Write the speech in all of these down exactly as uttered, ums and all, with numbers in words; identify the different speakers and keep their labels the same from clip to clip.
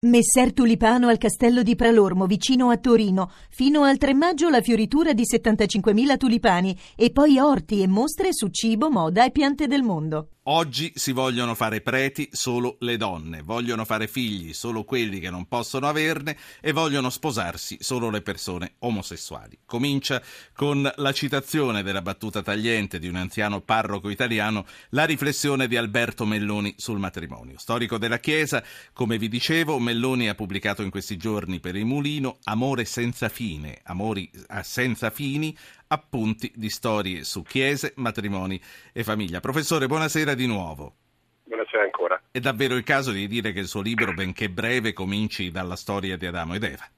Speaker 1: Messer Tulipano al castello di Pralormo, vicino a Torino. Fino al tre maggio la fioritura di settantacinquemila tulipani e poi orti e mostre su cibo, moda e piante del mondo.
Speaker 2: Oggi si vogliono fare preti solo le donne, vogliono fare figli solo quelli che non possono averne e vogliono sposarsi solo le persone omosessuali. Comincia con la citazione della battuta tagliente di un anziano parroco italiano la riflessione di Alberto Melloni sul matrimonio. Storico della Chiesa, come vi dicevo, Melloni ha pubblicato in questi giorni per il Mulino Amore senza fine, amori senza fini, appunti di storie su chiese, matrimoni e famiglia. Professore, buonasera di nuovo.
Speaker 3: Buonasera ancora.
Speaker 2: È davvero il caso di dire che il suo libro, benché breve, cominci dalla storia di Adamo ed Eva?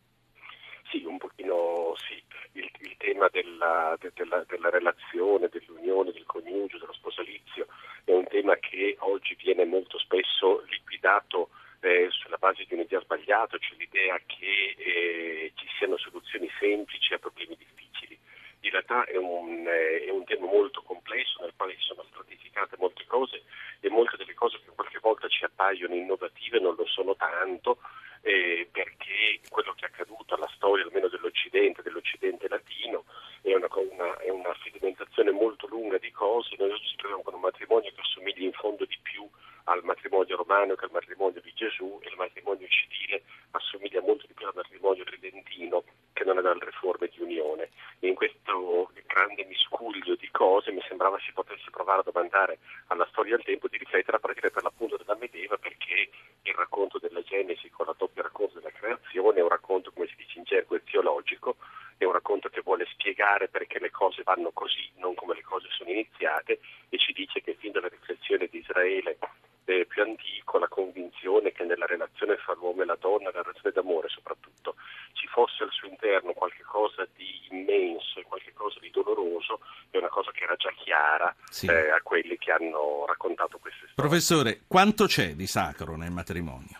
Speaker 3: Sì, un pochino sì. Il, il tema della, de, della, della relazione, dell'unione, del coniugio, dello sposalizio è un tema che oggi viene molto spesso liquidato eh, sulla base di un'idea sbagliata, cioè l'idea che eh, ci siano soluzioni semplici a problemi difficili. In realtà è un, eh, è un tema molto complesso nel quale sono stratificate molte cose e molte delle cose che qualche volta ci appaiono innovative non lo sono tanto, eh, perché quello che è accaduto alla storia almeno dell'Occidente, dell'Occidente latino, è una, una, è una sedimentazione molto lunga di cose. Noi oggi ci troviamo con un matrimonio che assomiglia in fondo di più al matrimonio romano che al matrimonio di Gesù, e il matrimonio civile assomiglia molto di più al matrimonio tridentino che non ad altre forme di unione. E in questo grande miscuglio di cose mi sembrava si potesse provare a domandare alla storia del tempo di riflettere a partire per l'appunto della Medeva, perché il racconto della Genesi con la doppia racconto della creazione è un racconto, come si dice in gergo, teologico, è un racconto che vuole spiegare perché le cose vanno così, non come le cose sono iniziate, e ci dice che fin dalla riflessione di Israele eh, più antico, la convinzione che nella relazione fra l'uomo e la donna, la relazione d'amore soprattutto, ci fosse al suo interno qualche cosa di immenso e qualche cosa di doloroso, è una cosa che era già chiara
Speaker 2: sì.
Speaker 3: eh, a quelli che hanno raccontato queste storie.
Speaker 2: Professore, quanto c'è di sacro nel matrimonio?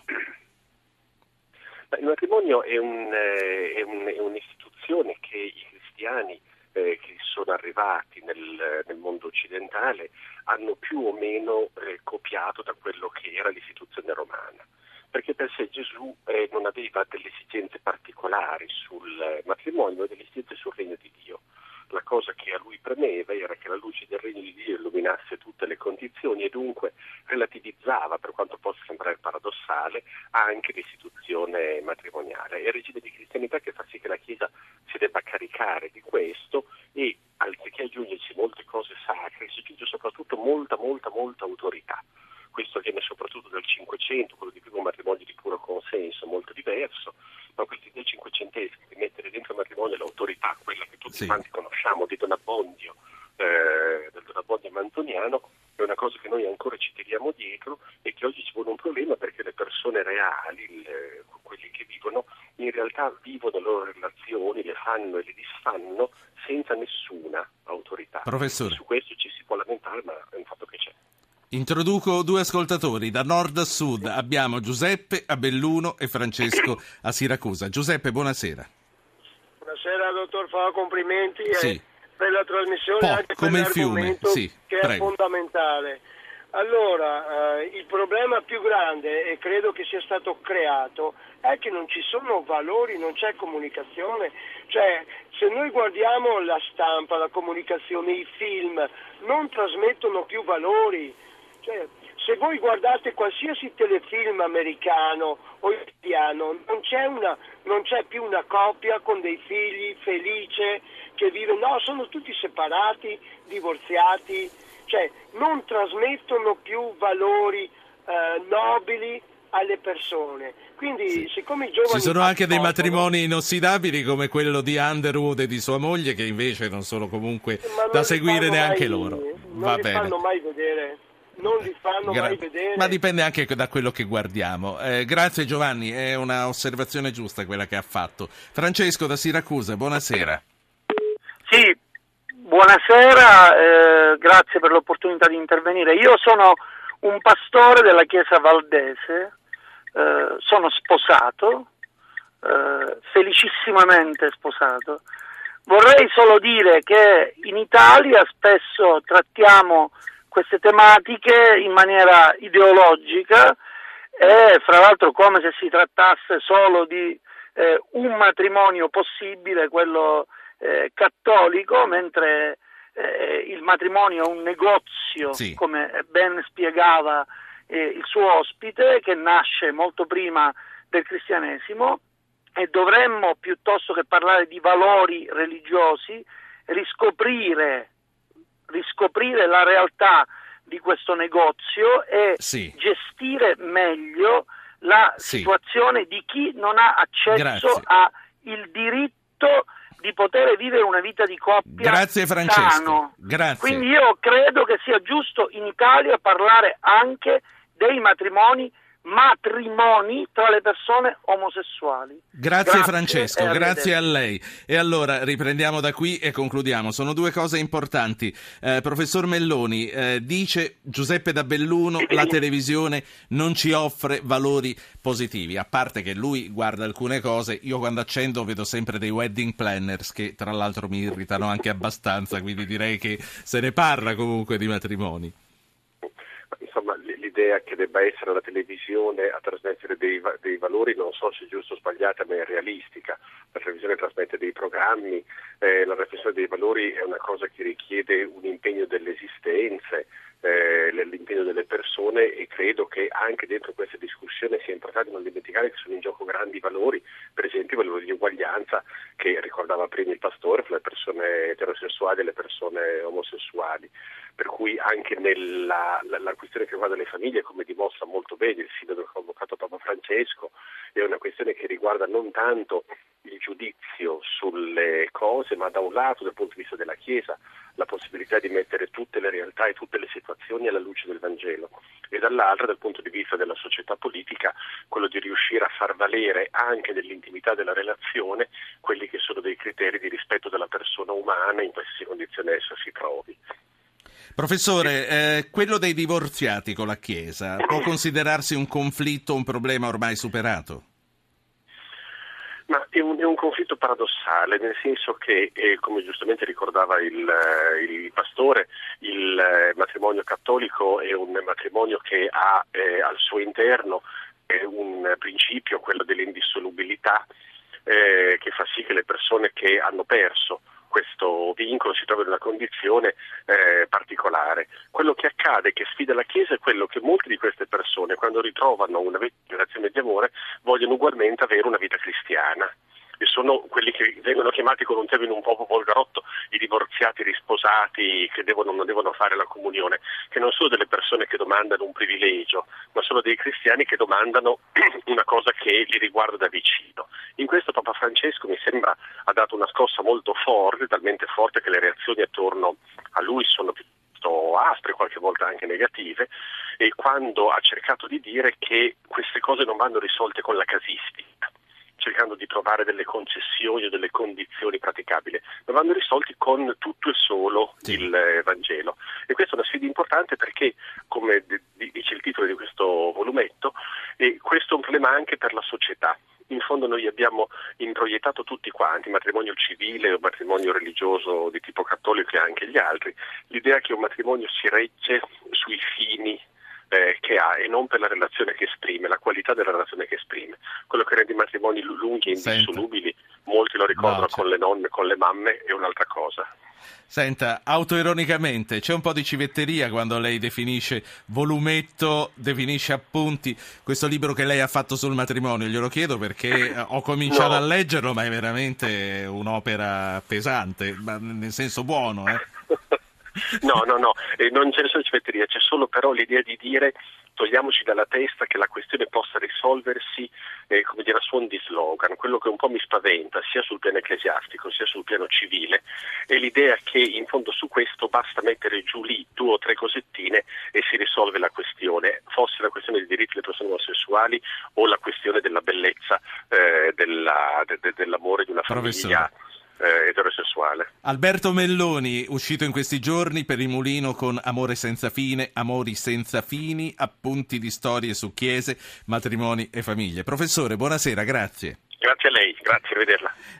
Speaker 3: Il matrimonio è, un, eh, è, un, è un'istituzione che i cristiani eh, che sono arrivati nel, nel mondo occidentale hanno più o meno eh, copiato da quello che era l'istituzione romana, perché per sé Gesù eh, non aveva delle esigenze particolari sul matrimonio, ma delle esigenze sul regno di Dio. La cosa che a lui premeva era che la luce del regno di Dio illuminasse tutte le condizioni e dunque relativizzava, per quanto possa sembrare paradossale, anche l'istituzione matrimoniale. È il regime di cristianità che fa sì che la Chiesa si debba caricare di questo e, anziché aggiungerci molte cose sacre, si aggiunge soprattutto molta, molta, molta autorità. Questo viene soprattutto dal Cinquecento, quello di primo matrimonio di puro consenso, molto diverso, ma questi idee cinquecenteschi di mettere dentro il matrimonio l'autorità, quella che tutti
Speaker 2: sì.
Speaker 3: quanti conosciamo di Don Abbondio, eh, del Don Abbondio Mantoniano, è una cosa che noi ancora ci tiriamo dietro e che oggi ci pone un problema, perché le persone reali, il, quelli che vivono, in realtà vivono le loro relazioni, le fanno e le disfanno senza nessuna autorità.
Speaker 2: Professore.
Speaker 3: Su questo ci si può lamentare, ma è un fatto che c'è.
Speaker 2: Introduco due ascoltatori, da nord a sud abbiamo Giuseppe a Belluno e Francesco a Siracusa. Giuseppe, buonasera.
Speaker 4: Buonasera dottor, fa complimenti
Speaker 2: sì.
Speaker 4: eh, per la trasmissione,
Speaker 2: Po',
Speaker 4: anche
Speaker 2: come
Speaker 4: per
Speaker 2: il fiume,
Speaker 4: l'argomento
Speaker 2: sì,
Speaker 4: che
Speaker 2: prego.
Speaker 4: è fondamentale. Allora, eh, il problema più grande, e credo che sia stato creato, è che non ci sono valori, non c'è comunicazione. Cioè, se noi guardiamo la stampa, la comunicazione, i film, non trasmettono più valori. Cioè, se voi guardate qualsiasi telefilm americano o italiano, non c'è, una, non c'è più una coppia con dei figli felice che vive, no, sono tutti separati, divorziati, cioè non trasmettono più valori eh, nobili alle persone. Quindi sì. siccome i giovani...
Speaker 2: Ci sono anche dei matrimoni inossidabili come quello di Underwood e di sua moglie, che invece non sono comunque da seguire neanche
Speaker 4: mai,
Speaker 2: loro.
Speaker 4: Non
Speaker 2: Va
Speaker 4: li
Speaker 2: bene.
Speaker 4: fanno mai vedere. Non li fanno
Speaker 2: Gra-
Speaker 4: mai vedere.
Speaker 2: Ma dipende anche da quello che guardiamo. Eh, grazie Giovanni, è una osservazione giusta quella che ha fatto. Francesco da Siracusa, buonasera.
Speaker 5: Sì, buonasera, eh, grazie per l'opportunità di intervenire. Io sono un pastore della Chiesa Valdese, eh, sono sposato, eh, felicissimamente sposato. Vorrei solo dire che in Italia spesso trattiamo queste tematiche in maniera ideologica è fra l'altro come se si trattasse solo di eh, un matrimonio possibile, quello eh, cattolico, mentre eh, il matrimonio è un negozio, sì, come ben spiegava eh, il suo ospite, che nasce molto prima del cristianesimo, e dovremmo, piuttosto che parlare di valori religiosi, riscoprire, riscoprire la realtà di questo negozio e sì, gestire meglio la sì, situazione di chi non ha accesso al diritto di poter vivere una vita di coppia.
Speaker 2: Grazie Francesco.
Speaker 5: Sano.
Speaker 2: Grazie.
Speaker 5: Quindi io credo che sia giusto in Italia parlare anche dei matrimoni matrimoni tra le persone omosessuali.
Speaker 2: Grazie, grazie Francesco, grazie a lei. E allora riprendiamo da qui e concludiamo. Sono due cose importanti. Eh, professor Melloni, eh, dice Giuseppe da Belluno, la televisione non ci offre valori positivi, a parte che lui guarda alcune cose. Io quando accendo vedo sempre dei wedding planners che tra l'altro mi irritano anche abbastanza, quindi direi che se ne parla comunque di matrimoni.
Speaker 3: Insomma, l'idea che debba essere la televisione a trasmettere dei, dei valori, non so se è giusto o sbagliata, ma è realistica. La televisione trasmette dei programmi, eh, la riflessione dei valori è una cosa che richiede un impegno delle esistenze, eh, l'impegno delle persone, e credo che anche dentro questa discussione sia importante non dimenticare che sono in gioco grandi valori, per esempio il valore di uguaglianza che ricordava prima il pastore fra le persone eterosessuali e le persone omosessuali. Per cui anche nella la, la questione che riguarda le famiglie, come dimostra molto bene il sinodo che ha convocato Papa Francesco, è una questione che riguarda non tanto il giudizio sulle cose, ma da un lato, dal punto di vista della Chiesa, la possibilità di mettere tutte le realtà e tutte le situazioni alla luce del Vangelo, e dall'altro, dal punto di vista della società politica, quello di riuscire a far valere anche nell'intimità della relazione quelli che sono dei criteri di rispetto della persona umana in qualsiasi condizione essa si trovi.
Speaker 2: Professore, eh, quello dei divorziati con la Chiesa può considerarsi un conflitto, un problema ormai superato?
Speaker 3: Ma è un, è un conflitto paradossale, nel senso che, eh, come giustamente ricordava il, il pastore, il eh, matrimonio cattolico è un matrimonio che ha eh, al suo interno eh, un principio, quello dell'indissolubilità, eh, che fa sì che le persone che hanno perso questo vincolo si trova in una condizione eh, particolare. Quello che accade, che sfida la Chiesa, è quello che molte di queste persone, quando ritrovano una relazione di amore, vogliono ugualmente avere una vita cristiana. E sono quelli che vengono chiamati con un termine un po' volgarotto i divorziati risposati, che devono, non devono fare la comunione, che non sono delle persone che domandano un privilegio, ma sono dei cristiani che domandano una cosa che li riguarda da vicino. In questo Papa Francesco, mi sembra, ha dato una scossa molto forte, talmente forte che le reazioni attorno a lui sono piuttosto aspre, qualche volta anche negative, e quando ha cercato di dire che queste cose non vanno risolte con la casistica, cercando di trovare delle concessioni o delle condizioni praticabili, ma vanno risolti con tutto e solo sì. il eh, Vangelo. E questa è una sfida importante perché, come d- dice il titolo di questo volumetto, eh, questo è un problema anche per la società. In fondo noi abbiamo introiettato tutti quanti, matrimonio civile o matrimonio religioso di tipo cattolico e anche gli altri, l'idea che un matrimonio si regge sui fini Eh, che ha e non per la relazione che esprime, la qualità della relazione che esprime. Quello che rende i matrimoni lunghi e indissolubili, Senta. molti lo ricordano no, con le nonne, con le mamme, è un'altra cosa.
Speaker 2: Senta, autoironicamente, c'è un po' di civetteria quando lei definisce volumetto, definisce appunti, questo libro che lei ha fatto sul matrimonio. Glielo chiedo perché ho cominciato no. a leggerlo, ma è veramente un'opera pesante, ma nel senso buono, eh?
Speaker 3: No, no, no, eh, non c'è nessuna civetteria, c'è solo però l'idea di dire togliamoci dalla testa che la questione possa risolversi eh, come dire a suon di slogan. Quello che un po' mi spaventa sia sul piano ecclesiastico sia sul piano civile è l'idea che in fondo su questo basta mettere giù lì due o tre cosettine e si risolve la questione, fosse la questione dei diritti delle persone omosessuali o la questione della bellezza eh, della, de, de, dell'amore di una famiglia Eh, eterosessuale.
Speaker 2: Alberto Melloni, uscito in questi giorni per il Mulino con Amore senza fine, Amori senza fini, appunti di storie su chiese, matrimoni e famiglie. Professore, buonasera, grazie.
Speaker 3: Grazie a lei, grazie, arrivederla.